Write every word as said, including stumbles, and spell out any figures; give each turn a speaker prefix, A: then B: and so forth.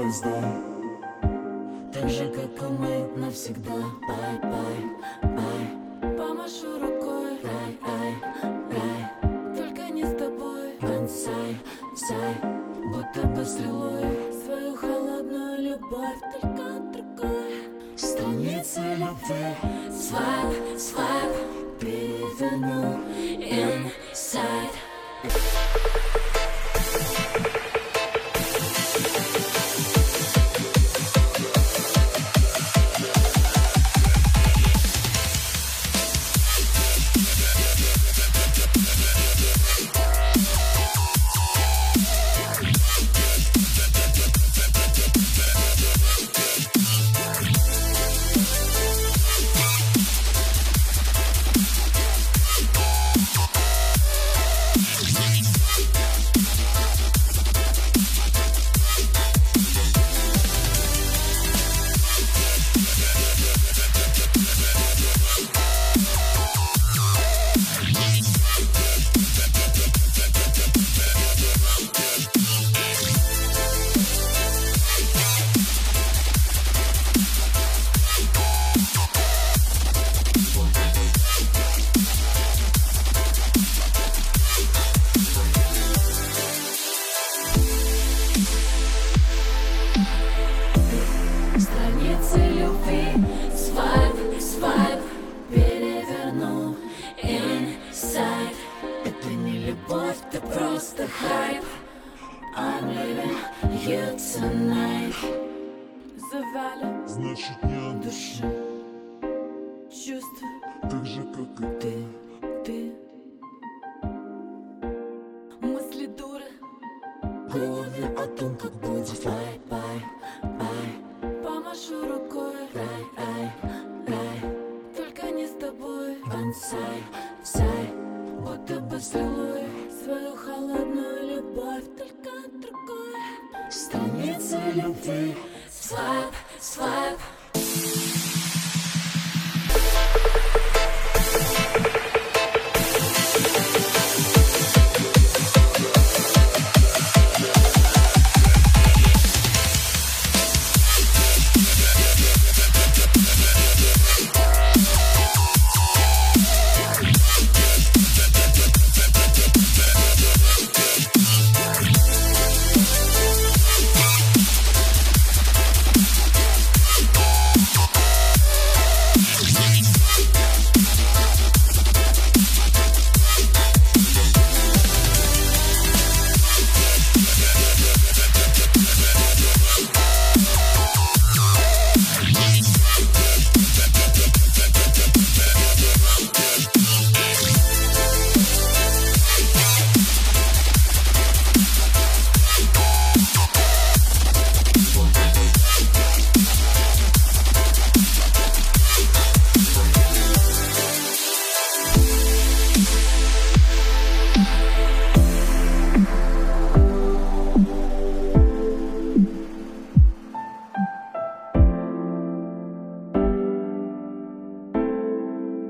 A: звезда, так же, как и мы навсегда. Бай-бай-бай. Помашу рукой, рай-ай, рай, только не с тобой. Бонсай, сай, будто бы стрелой, свою холодную любовь только от другой страницы любви. Свайп, свайп, переверну inside. Страницы любви. Свайп, свайп, переверну inside. Это не любовь, это просто хайп. I'm leaving you tonight. Завалю,
B: значит не от
A: души, чувства,
B: так же, как и
A: ты, ты. Мысли дуры
B: в голове о том, как будет.
A: Бай-бай-бай. Помашу рукой, рай-ай, рай, только не с тобой. Бонсай, сай, будто бы стрелой, свою холодную любовь только от другой страницы любви. Свайп, свайп.